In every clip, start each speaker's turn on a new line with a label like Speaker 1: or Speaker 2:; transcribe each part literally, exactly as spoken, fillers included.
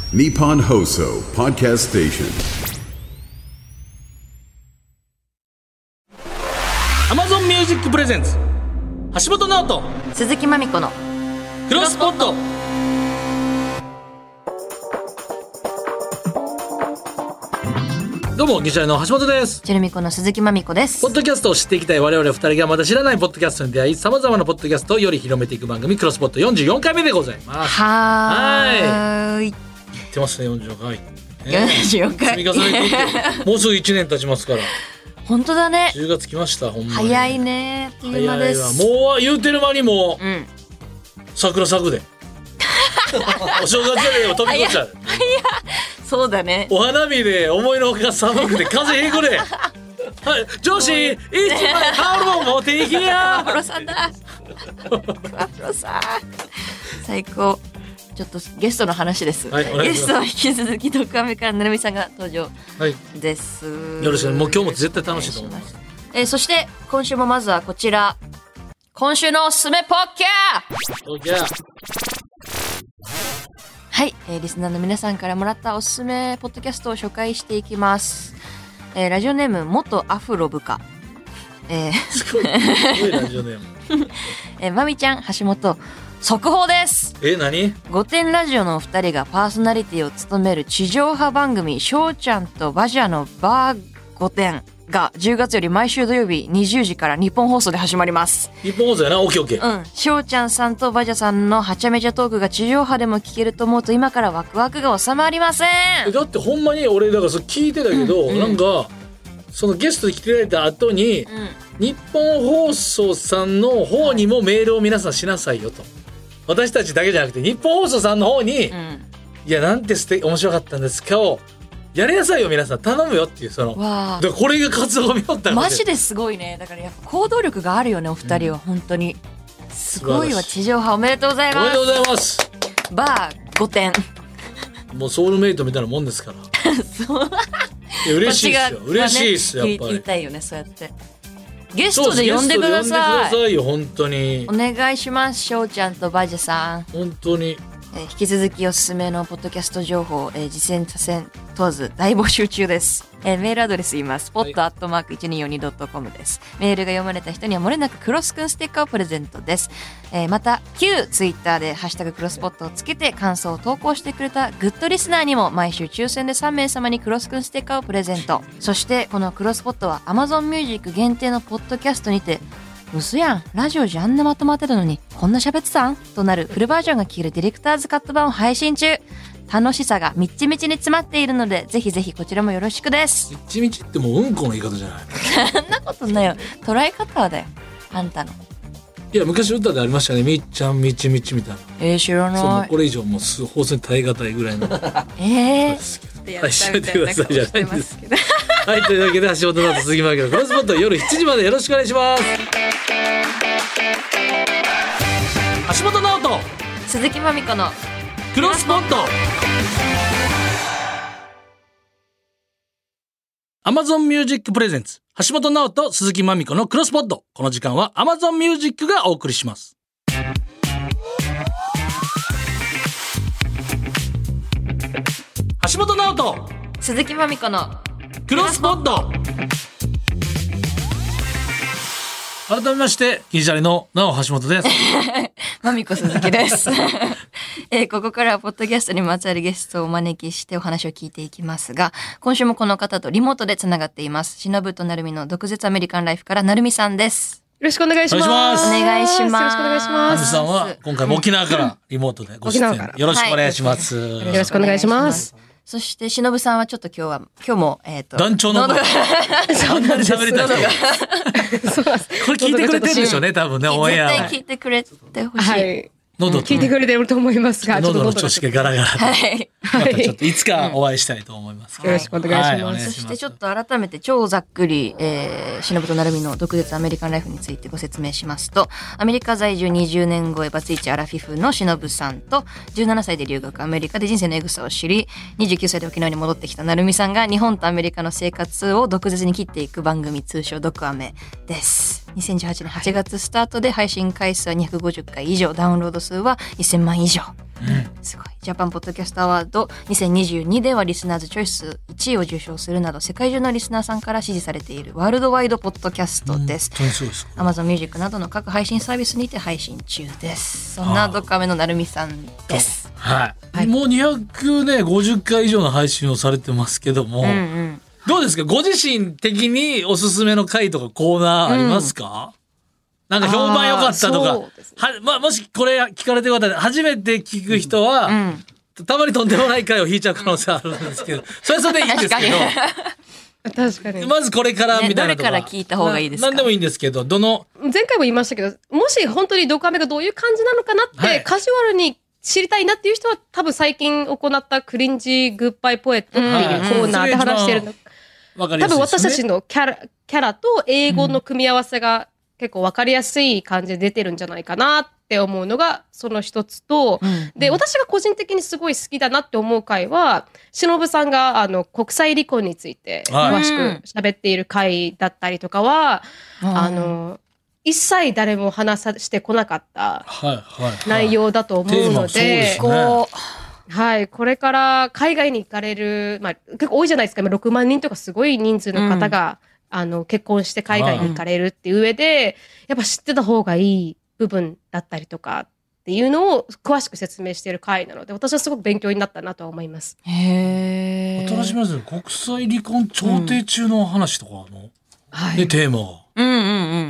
Speaker 1: Nippon Hoso Podcast Station。
Speaker 2: Amazon Music Presents 橋本直人
Speaker 3: 鈴木まみこの
Speaker 2: クロスポット。どうもギシャリの橋本です。
Speaker 3: チェルミコの鈴木まみこです。
Speaker 2: ポッドキャストを知っていきたい我々ふたりがまだ知らないポッドキャストに出会い、さまざまなポッドキャストをより広めていく番組クロスポットよんじゅうよんかいめでございます。
Speaker 3: はーい。
Speaker 2: 言ってますね、よんじゅうよんかい、ね、
Speaker 3: よんじゅうよんかい
Speaker 2: 積み重ねていってもうすぐいちねん経ちますから。
Speaker 3: 本当だね。
Speaker 2: じゅうがつ来ました。ほんまに
Speaker 3: 早いね。あっという間です。
Speaker 2: 早いわ。もう言うてる間にもう、うん、桜咲くでお正月で飛び越しちゃう。
Speaker 3: そうだね。
Speaker 2: お花見で思いのほか寒くて風邪ひくではい、女子一枚タオルを持っていきや。
Speaker 3: アフロさんだ。アフロさん最高。ちょっとゲストの話です、はい、ゲストは引き続きドクアメからなるみさんが登場です、
Speaker 2: はい、よろしく。もう今日も絶対楽しいと思います。
Speaker 3: えー、そして今週もまずはこちら、今週のおすすめポッキャー。はい、えー、リスナーの皆さんからもらったおすすめポッドキャストを紹介していきます。えー、ラジオネーム元アフロ部下、えー、
Speaker 2: すごいすごいラジオネーム
Speaker 3: えー、まみちゃん、橋本、速報です。
Speaker 2: え、何？
Speaker 3: 御殿ラジオのお二人がパーソナリティを務める地上波番組しょうちゃんとバジャのバー御殿がじゅうがつより毎週土曜日にじゅうじから日本放送で始まります。
Speaker 2: 日本放送やな。オッケーオッケー。
Speaker 3: うん。しょうちゃんさんとバジャさんのはちゃめちゃトークが地上波でも聞けると思うと今からワクワクが収まりません。
Speaker 2: だってほんまに俺だからそれ聞いてたけど、うんうん、なんかそのゲストで来ていただいた後に、うん、日本放送さんの方にもメールを皆さんしなさいよと。私たちだけじゃなくて日本放送さんの方に、うん、いやなんて素敵面白かったんですかをやりなさいよ皆さん頼むよっていう、そのだからこれが活動を見よったら
Speaker 3: マジですごいね。だからやっぱ行動力があるよねお二人は、うん、本当にすごいわ。地上波おめでとうございます。
Speaker 2: おめでとうございます。
Speaker 3: バーごてん
Speaker 2: もうソウルメイトみたいなもんですからそういや嬉しいですよ、ね、嬉しいですやっぱり
Speaker 3: 言いたいよねそうやってゲストで呼んでください。
Speaker 2: 呼んでくださいよ本当にお
Speaker 3: 願いします。しょうちゃんとバジャさん
Speaker 2: 本当に、
Speaker 3: えー、引き続きおすすめのポッドキャスト情報、えー、実践多戦問わず大募集中です、えー、メールアドレス言います。ポッドアットマーク いちにーよんにドットコム です。メールが読まれた人にはもれなくクロスくんステッカーをプレゼントです、えー、また旧ツイッターでハッシュタグクロスポットをつけて感想を投稿してくれたグッドリスナーにも毎週抽選でさんめい様にクロスくんステッカーをプレゼント。そしてこのクロスポットは Amazon Music 限定のポッドキャストにて嘘やん、ラジオじゃあんなまとまってたのにこんな喋ってたんとなるフルバージョンが聴けるディレクターズカット版を配信中。楽しさがみっちみちに詰まっているのでぜひぜひこちらもよろしくです。
Speaker 2: みっちみちってもううんこの言い方じゃない
Speaker 3: そんなことないよ。捉え方はだよあんたの。
Speaker 2: いや昔歌でありましたね、みっちゃんみちみちみたいな。
Speaker 3: えー、知らない。
Speaker 2: そうこれ以上もう放送に耐え難いぐらいの
Speaker 3: ええ
Speaker 2: ー、はい、しめてくださいじゃないんですはい、というわけで橋本直人鈴木まみこのクロスポット夜しちじまでよろしくお願いします。橋本直人
Speaker 3: 鈴木まみこの
Speaker 2: クロスポット。 Amazon Music Presents 橋本直人鈴木まみこのクロスポット。この時間は Amazon Music がお送りします。橋本直人
Speaker 3: 鈴木まみこの
Speaker 2: クロスポット。改めましてギリシャリのなお橋本です
Speaker 3: まみこ鈴木です、えー、ここからはポッドキャストにまつわるゲストをお招きしてお話を聞いていきますが、今週もこの方とリモートでつながっています。しのぶとなるみの毒舌アメリカンライフからなるみさんです。
Speaker 4: よろしくお願いします。
Speaker 3: お願いします。
Speaker 4: よろしくお願いします。
Speaker 2: なるみさんは今回も沖縄からリモートでご出演よろしくお願いします、はい、
Speaker 4: よろしくお願いします。
Speaker 3: そしてしのぶさんはちょっと今日は今日もえっ、ー、と
Speaker 2: 団長のあんなに喋りたい人これ聞いてくれてるでしょうね多分ねオンエア
Speaker 3: 絶対聞いてくれてほしい、
Speaker 4: はい、喉聞いてくれてると思いますが、
Speaker 2: 喉の調子がガラガラで、はい、またちょっといつかお会いしたいと思いますから、
Speaker 4: よろしくお願いします、はい、
Speaker 3: そしてちょっと改めて超ざっくり、えー、しのぶとなるみの毒舌アメリカンライフについてご説明しますと、アメリカ在住にじゅうねん超えバツイチアラフィフのしのぶさんとじゅうななさいで留学アメリカで人生のエグさを知りにじゅうきゅうさいで沖縄に戻ってきたなるみさんが日本とアメリカの生活を毒舌に切っていく番組、通称毒アメです。にせんじゅうはちねんはちがつスタートで配信回数はにひゃくごじゅっかい以上、ダウンロード数はせんまん以上すごい。ジャパンポッドキャストアワードにせんにじゅうにではリスナーズチョイスいちいを受賞するなど世界中のリスナーさんから支持されているワールドワイドポッドキャストです。
Speaker 2: 本当にそうです。
Speaker 3: Amazon Music などの各配信サービスにて配信中です。そんなドカメのなるみさんです。
Speaker 2: はい。はい、もうにひゃくごじゅっかい以上の配信をされてますけども、うんうん、どうですかご自身的におすすめの回とかコーナーありますか？うん、なんか評判良かったとか、ね、はまあ、もしこれ聞かれてる方で初めて聞く人は、うんうん、たまにとんでもない回を引いちゃう可能性あるんですけど、それはそれでいいんですけど
Speaker 4: 確かに
Speaker 2: まずこれからみたいなとか、
Speaker 3: ね、どれから聞いた方がいいですか？
Speaker 2: 何でもいいんですけど、どの
Speaker 4: 前回も言いましたけど、もし本当にドカメがどういう感じなのかなって、はい、カジュアルに知りたいなっていう人は多分最近行ったクリンジグッバイポエットっていうコーナーで話してるの、うんうん、多分私たちのキャラ、キャラと英語の組み合わせが結構分かりやすい感じで出てるんじゃないかなって思うのがその一つと、うん、で私が個人的にすごい好きだなって思う回は忍さんがあの国際離婚について詳しく喋っている回だったりとかは、うん、あの一切誰も話さしてこなかった内容だと思うので、はい、これから海外に行かれる、まあ、結構多いじゃないですか。今ろくまんにんとかすごい人数の方が、うん、あの結婚して海外に行かれるっていう上で、やっぱ知ってた方がいい部分だったりとかっていうのを詳しく説明している回なので、私はすごく勉強になったなと思います。
Speaker 3: へー。
Speaker 2: 新しいですね。国際離婚調停中の話とかの、うんはい、でテーマが。
Speaker 3: うんうんうん。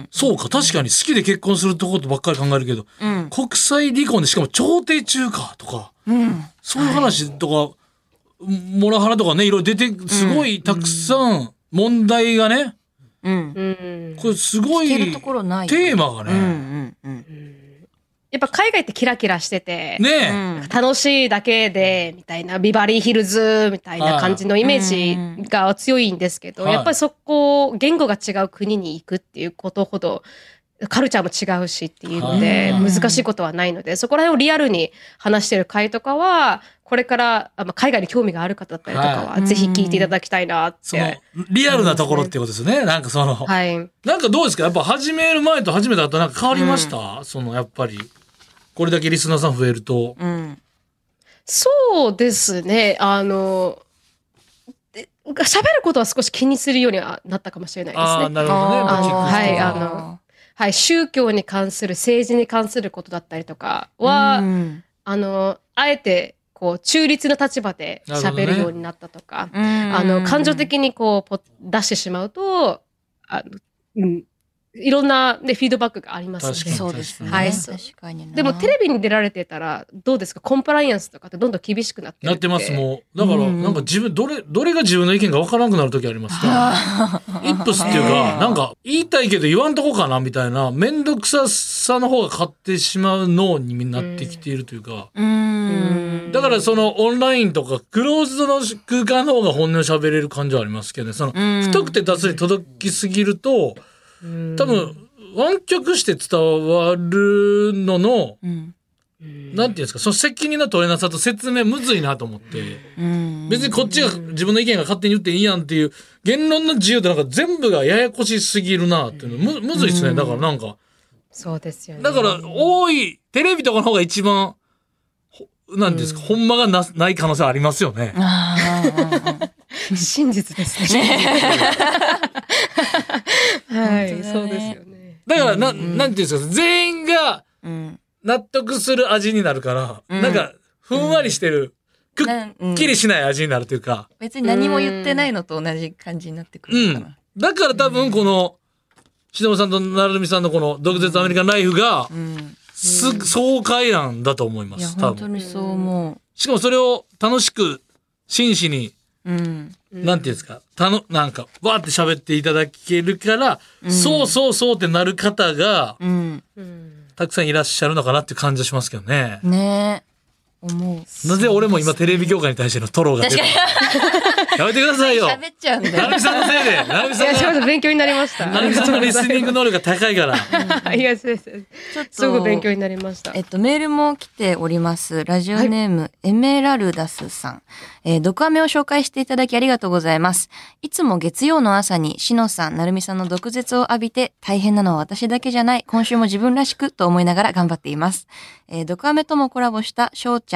Speaker 2: そうか、確かに好きで結婚するとことばっかり考えるけど、うん、国際離婚でしかも調停中かとか、うん、そういう話とか、はい、モラハラとかね、いろいろ出て、すごいたくさん問題がね、うん、これすごいテーマがね、うんうんうん、
Speaker 4: やっぱ海外ってキラキラしてて、
Speaker 2: ね
Speaker 4: うん、楽しいだけでみたいなビバリーヒルズみたいな感じのイメージが強いんですけど、はい、やっぱりそこ言語が違う国に行くっていうことほどカルチャーも違うしっていうので難しいことはないので、そこら辺をリアルに話してる回とかはこれから海外に興味がある方だったりとかはぜひ聞いていただきたいなって、
Speaker 2: そのリアルなところっていうことですね。なんかその、はい、なんかどうですか、やっぱ始める前と始めた後なんか変わりました、うん、そのやっぱりこれだけリスナーさん増えると、うん、
Speaker 4: そうですね、あの喋ることは少し気にするようにはなったかもしれないですね。
Speaker 2: あ、なるほどね。
Speaker 4: あのはいあのはい、宗教に関する政治に関することだったりとかは、うん、あのあえてこう中立な立場で喋るようになったとか、ね、あの感情的にこう出してしまうとあの、うんいろんな、ね、フィードバックがありますので。
Speaker 3: そうですね。
Speaker 4: はい、確かに。でもテレビに出られてたらどうですか、コンプライアンスとかってどんどん厳しくなってるって。
Speaker 2: なってます。もうだから、うん、なんか自分どれどれが自分の意見が分からなくなる時ありますから。イップスっていうかなんか言いたいけど言わんとこかなみたいな面倒くささの方が勝ってしまう脳になってきているというか。うん、だからそのオンラインとかクローズドの空間の方が本音を喋れる感じはありますけどね。その太くて多数に届きすぎると多分湾曲して伝わるのの、うん、なんていうんですか、その責任の取れなさと説明むずいなと思って、うん、別にこっちが自分の意見が勝手に言っていいやんっていう言論の自由ってなんか全部がややこしすぎるなっていうの む, むずいですね。だからなんか
Speaker 4: そうですよね。
Speaker 2: だから多いテレビとかの方が一番なんていうんですか、うん、ほんまが な, ない可能性ありますよね。
Speaker 4: 真実ですね。はい、そうですよね。
Speaker 2: だからな、うん、なんていうんですか、全員が納得する味になるから、うん、なんかふんわりしてる、うん、くっきりしない味になるというか、
Speaker 3: 別に何も言ってないのと同じ感じになってくるのかな、
Speaker 2: うん、だから多分この忍さんと成美さんのこの毒舌アメリカンライフが、うんす爽快なんだと思います。い
Speaker 3: や本当にそう思う。
Speaker 2: しかもそれを楽しく真摯に、うん、なんていうんですか、たのなんかわーって喋っていただけるから、うん、そうそうそうってなる方が、うん、たくさんいらっしゃるのかなっていう感じがしますけどね。
Speaker 3: ねえ。思う。
Speaker 2: なぜ俺も今テレビ業界に対してのトロが出るやめてくださいよ。
Speaker 3: 喋っちゃうんだよ。
Speaker 2: 成美さんのせいで。成美さん
Speaker 4: が。いや、ちょっと勉強になりました。
Speaker 2: 成美さんのリスニング能力が高いから。
Speaker 4: いや、そうです。ちょっとすごく勉強になりました。
Speaker 3: えっと、メールも来ております。ラジオネーム、はい、エメラルダスさん。えー、毒アメを紹介していただきありがとうございます。いつも月曜の朝に、しのさん、なるみさんの毒舌を浴びて、大変なのは私だけじゃない、今週も自分らしくと思いながら頑張っています。えー、毒アメともコラボしたしょうち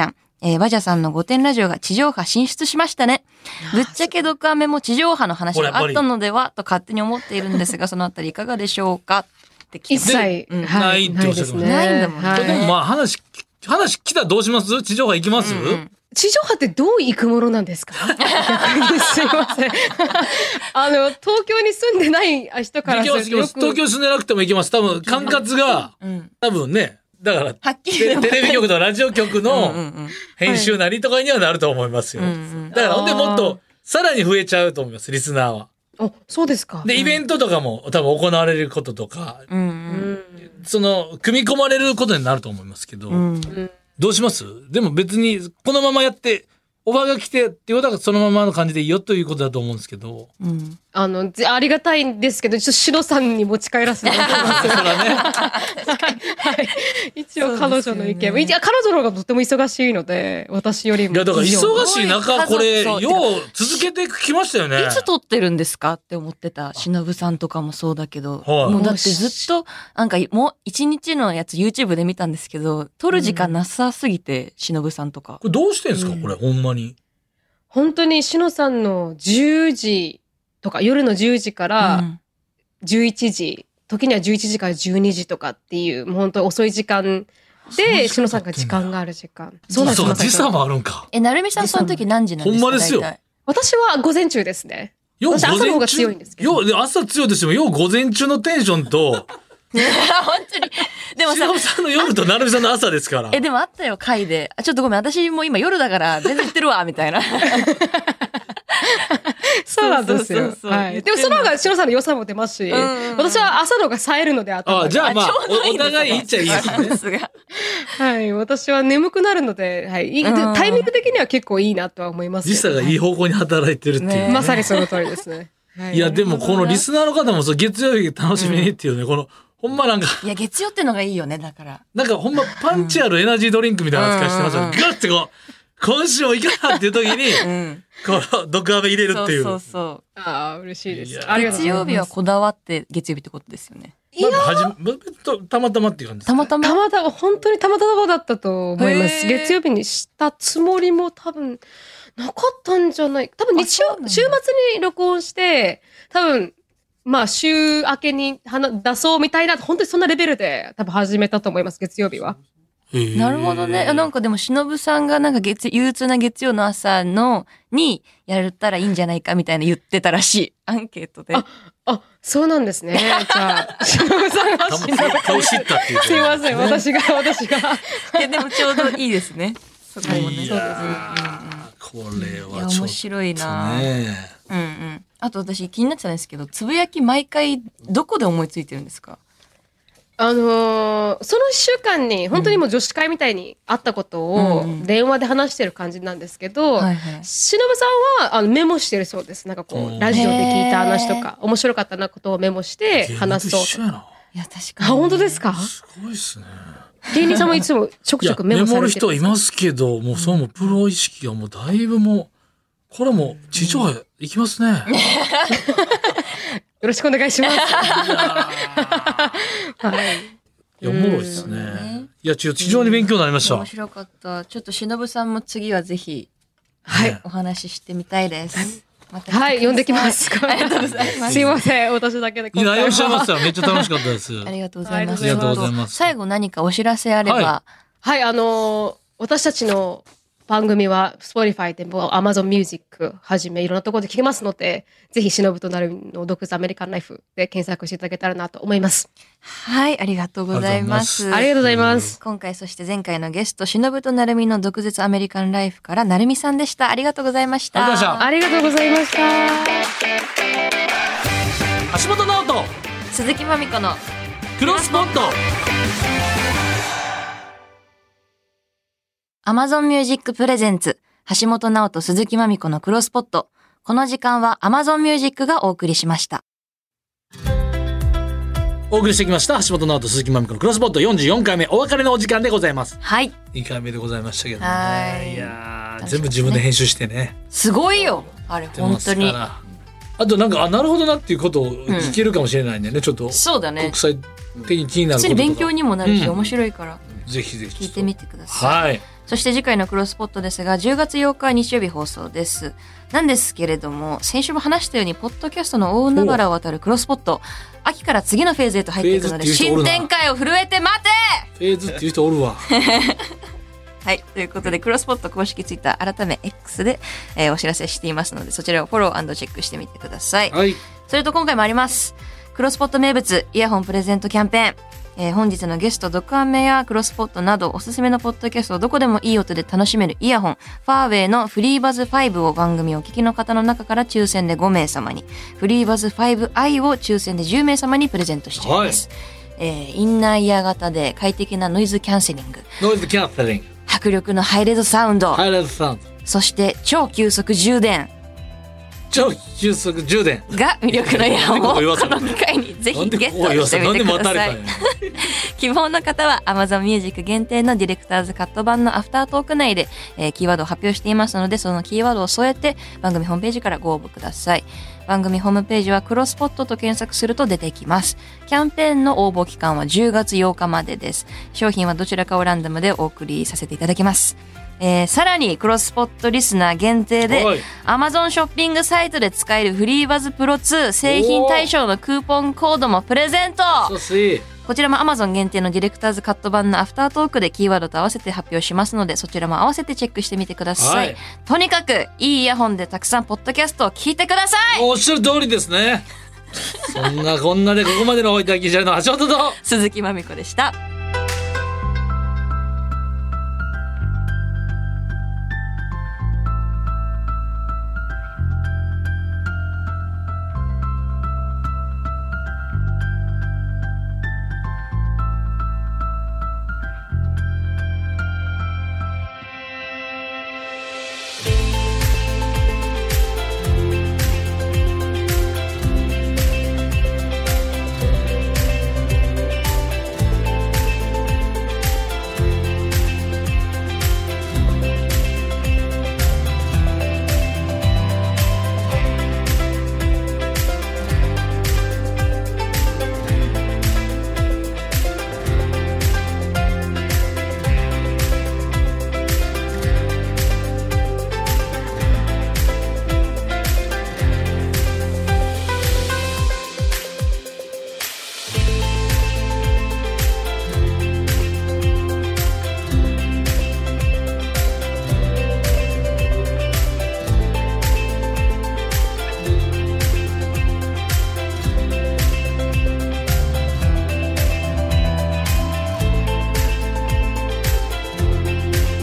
Speaker 3: ゃん。えー、バジャさんのごてんラジオが地上波進出しましたね。ぶっちゃけドクアメも地上波の話があったのではと勝手に思っているんですが、そのあたりいかがでしょうかって聞いて
Speaker 4: 一切、
Speaker 3: うん
Speaker 2: ないっておっしゃってました
Speaker 3: ないんだもんね
Speaker 4: はい
Speaker 2: でもまあ話話来たらどうします？地上波行きます？
Speaker 3: うんうん
Speaker 4: 地上波ってどう行くものなんですか？逆にすいません。あの、東京に住んでない人からするとよく
Speaker 2: 東京住んでなくても行けます。多分管轄が
Speaker 3: うん
Speaker 2: 多分ね、だから
Speaker 3: はっきり
Speaker 2: テテレビ局とラジオ局
Speaker 3: うん
Speaker 2: の
Speaker 3: うんうん
Speaker 2: 編集なりとかにはなると思いますよ。
Speaker 3: うんうん
Speaker 2: だからほんでもっとさらに増えちゃうと思います。リスナーは。
Speaker 4: あ、そうですか。
Speaker 2: でイベントとかも多分行われることとか、
Speaker 3: うんう
Speaker 4: うんん。
Speaker 2: その組み込まれることになると思いますけど、
Speaker 3: うん
Speaker 2: どうします？でも別にこのままやってオファーが来てっていうことはそのままの感じでいいよということだと思うんですけど。
Speaker 3: うん
Speaker 4: あの、ぜありがたいんですけど、ちょっとシノさんに持ち帰らせてもらってます。
Speaker 2: それはね。
Speaker 4: はい。一応彼女の意見も、
Speaker 3: そうですよね
Speaker 4: いや彼女の方がとても忙しいので、私よりも。
Speaker 2: いやだから忙しい中これ
Speaker 3: そう
Speaker 2: よう続けてきましたよね。
Speaker 3: いつ撮ってるんですかって思ってた。しのぶさんとかもそうだけど。
Speaker 2: はい
Speaker 3: もうだってずっと、なんかもう一日のやつ YouTube で見たんですけど、撮る時間なさすぎて、しのぶさんとか。
Speaker 2: これどうしてんすかこれほんまに。
Speaker 4: 本当にシノさんのじゅうじとか、夜のじゅうじか
Speaker 3: う
Speaker 4: ら
Speaker 3: ん
Speaker 4: じゅういちじ、時にはじゅういちじからじゅうにじとかっていう、もう本当に遅い時間で、シノさんが時間がある時間。そうなんです
Speaker 2: そうか
Speaker 4: まさに
Speaker 2: 時差もあるんか。
Speaker 3: え、なるみさんその時何時なんですか？
Speaker 2: ほんまですよ
Speaker 3: 大体
Speaker 4: 私は午前中ですね。
Speaker 2: よう
Speaker 4: 私朝の方が強いんですけど
Speaker 2: ようで朝強いですよ。よう午前中のテンションと
Speaker 3: 本当に。でもさ、
Speaker 2: しのぶさんの夜となるみさんの朝ですから。
Speaker 3: え、でもあったよ、回で。あちょっとごめん、私も今夜だから全然言ってるわ、みたいな。
Speaker 4: そうなんですよ。
Speaker 3: そうそうそう
Speaker 4: はい。でもその方がシノさんの良さも出ますし、
Speaker 3: んうん
Speaker 4: 私は朝の方が冴えるので頭が
Speaker 2: あじゃあまあ
Speaker 3: ちょうど
Speaker 2: おお互い言っちゃいいですね。
Speaker 3: さすが。
Speaker 4: はい。私は眠くなるので、はい。い
Speaker 3: うん
Speaker 4: タイミング的には結構いいなとは思いますよ。
Speaker 2: 時差がいい方向に働いてるっていう。
Speaker 3: ね
Speaker 4: まさにその通りですね。はい
Speaker 2: やでもこのリスナーの方もそう月曜日楽しみにっていうね、このほんまなんか
Speaker 3: いや、月曜ってのがいいよね、だから。
Speaker 2: なんかほんまパンチあるエナジードリンクみたいな扱いしてますよ。
Speaker 3: うんうんうん
Speaker 2: ガッてこう今週もいかなっていう時に
Speaker 3: うん。
Speaker 2: この毒飴入れるっていう。
Speaker 3: そうそう
Speaker 4: ああ、嬉しいです。
Speaker 2: いや
Speaker 4: ありがとう
Speaker 3: 月曜
Speaker 4: ございます。
Speaker 3: 日はこだわって月曜日ってことですよね。
Speaker 2: まあはじめとたまたまっていう感じですか。
Speaker 3: たまたま。
Speaker 4: たまたま、本当にたまたまだったと思います。
Speaker 3: へー
Speaker 4: 月曜日にしたつもりも多分、なかったんじゃない。多分日曜
Speaker 3: あそうなんだ
Speaker 4: 週末に録音して、多分、まあ週明けに話出そうみたいな、本当にそんなレベルで多分始めたと思います、月曜日は。
Speaker 2: へー
Speaker 3: なるほどね。なんかでも、しのぶさんがなんか月、憂鬱な月曜の朝の、に、やったらいいんじゃないかみたいな言ってたらしい。アンケートで。
Speaker 4: ああ、そうなんですね。じゃあ、しのぶさんが
Speaker 2: た
Speaker 4: しのぶ
Speaker 2: ま顔知ったっていう。
Speaker 4: すいません、私が、私が。
Speaker 3: いや、でもちょうどいいですね。そこもね。
Speaker 2: いやーこれ
Speaker 3: いや、
Speaker 2: はちょっと
Speaker 3: 面白いな。
Speaker 2: ね。
Speaker 3: うんうん。あと私気になってたんですけど、つぶやき毎回どこで思いついてるんですか？
Speaker 4: あのーその一週間に本当にもう女子会みたいにあったことを
Speaker 3: うん
Speaker 4: 電話で話してる感じなんですけど、
Speaker 3: はいはい。
Speaker 4: しのぶさんはあのメモしてるそうです。なんかこ
Speaker 2: うん
Speaker 4: うラジオで聞いた話とか面白かったなことをメモして話す
Speaker 2: 芸人と一緒
Speaker 4: と。
Speaker 2: やな。
Speaker 3: いや、確か
Speaker 4: あ、
Speaker 3: に。
Speaker 4: 本当ですか？
Speaker 2: すごいっすね。
Speaker 4: 芸人さんもいつもちょく
Speaker 2: いや
Speaker 4: ちょくメモされてる。
Speaker 2: メモる人いますけど、もうそのプロ意識がもうだいぶもう、これもう地上波行きますね。
Speaker 4: よろしくお願いします。
Speaker 2: いやー
Speaker 4: はい。
Speaker 2: いや、おもろいっす
Speaker 3: うん
Speaker 2: ね。いや、ちょ、非常に勉強になりました
Speaker 3: 面。白かった。ちょっとしのぶさんも次はぜひ
Speaker 4: はい。
Speaker 3: お話ししてみたいです。また
Speaker 4: はい、呼んできま。す。
Speaker 3: ありがとうございます。
Speaker 4: すいません、私だけで
Speaker 2: いや、いらっしゃいまし
Speaker 4: は
Speaker 2: た。めっちゃ楽しかったです。
Speaker 3: ありがとうございます。
Speaker 4: ありがとう
Speaker 2: ございます
Speaker 3: 最後何かお知らせあれば。
Speaker 2: は
Speaker 4: はい、あのー私たちの番組は Spotify でも Amazon Music はじめいろんなところで聞けますので、ぜひしのぶとなるみの毒舌アメリカンライフで検索していただけたらなと思います。
Speaker 3: はい、ありがとうございます。
Speaker 4: ありがとうございます。
Speaker 3: 今回そして前回のゲスト、しのぶとなるみの毒舌アメリカンライフからなるみさんでした。ありがとうございました。
Speaker 2: ありがとうございました
Speaker 4: ありがとうございました。
Speaker 2: 橋本直人、
Speaker 3: 鈴木まみこの
Speaker 2: クロスポット。
Speaker 3: Amazon Music Presents 橋本直人鈴木まみこのクロスポット。この時間は Amazon Music がお送りしました。
Speaker 2: お送りしてきました橋本直人鈴木まみこのクロスポットよんじゅうよんかいめお別れのお時間でございます。
Speaker 3: はい。
Speaker 2: にかいめでございましたけどね。
Speaker 3: はい
Speaker 2: いやー
Speaker 3: 楽しかったね
Speaker 2: 全部自分で編集してね。
Speaker 3: すごいよ。あれ、
Speaker 2: やって
Speaker 3: 本当に
Speaker 2: ますか。らあとなんかあなるほどなっていうことを聞けるかもしれないんでね、ちょっと
Speaker 3: そうだね
Speaker 2: 国。際的に気になることとか
Speaker 3: 普通に勉強にもなるし、
Speaker 2: うん
Speaker 3: 面白いから
Speaker 2: ぜひぜひ
Speaker 3: 聞いてみてください。
Speaker 2: はい
Speaker 3: そして次回のクロスポットですが、じゅうがつようか日曜日放送です。なんですけれども、先週も話したように、ポッドキャストの大海原を渡るクロスポット、秋から次のフェーズへと入っていくので、新展開を震えて待て
Speaker 2: フェーズっていう人おるわ。
Speaker 3: はい。ということで、クロスポット公式ツイッター、改め X で、えー、お知らせしていますので、そちらをフォロー&チェックしてみてください。
Speaker 2: はい。
Speaker 3: それと今回もあります。クロスポット名物、イヤホンプレゼントキャンペーン。えー、本日のゲスト、ドクアメやクロスポットなど、おすすめのポッドキャストをどこでもいい音で楽しめるイヤホン、ファーウェイのフリーバズファイブを番組をお聞きの方の中から抽選でごめいさまに、フリーバズファイブアイを抽選でじゅうめいさまにプレゼントしています。はい、えー、インナーイヤー型で快適なノイズキャンセリング。
Speaker 2: ノイズキャンセリング。
Speaker 3: 迫力のハイレゾサウンド。
Speaker 2: ハイレゾサウンド。
Speaker 3: そして超急速充電。
Speaker 2: 超急速充電
Speaker 3: が魅力のイヤホンをこの機会にぜひゲットしてみてください。希望の方は Amazon Music 限定のディレクターズカット版のアフタートーク内で、えー、キーワードを発表していますので、そのキーワードを添えて番組ホームページからご応募ください。番組ホームページはクロスポットと検索すると出てきます。キャンペーンの応募期間はじゅうがつようかまでです。商品はどちらかをランダムでお送りさせていただきます。えー、さらにクロスポットリスナー限定で Amazon ショッピングサイトで使えるフリーバズプロツー製品対象のクーポンコードもプレゼント。こちらも Amazon 限定のディレクターズカット版のアフタートークでキーワードと合わせて発表しますので、そちらも合わせてチェックしてみてください。はい、とにかくいいイヤホンでたくさんポッドキャストを聞いてください。
Speaker 2: おっしゃる通りですね。そんなこんなでここまでのおいたきじゃの橋本と
Speaker 3: 鈴木まみこでした。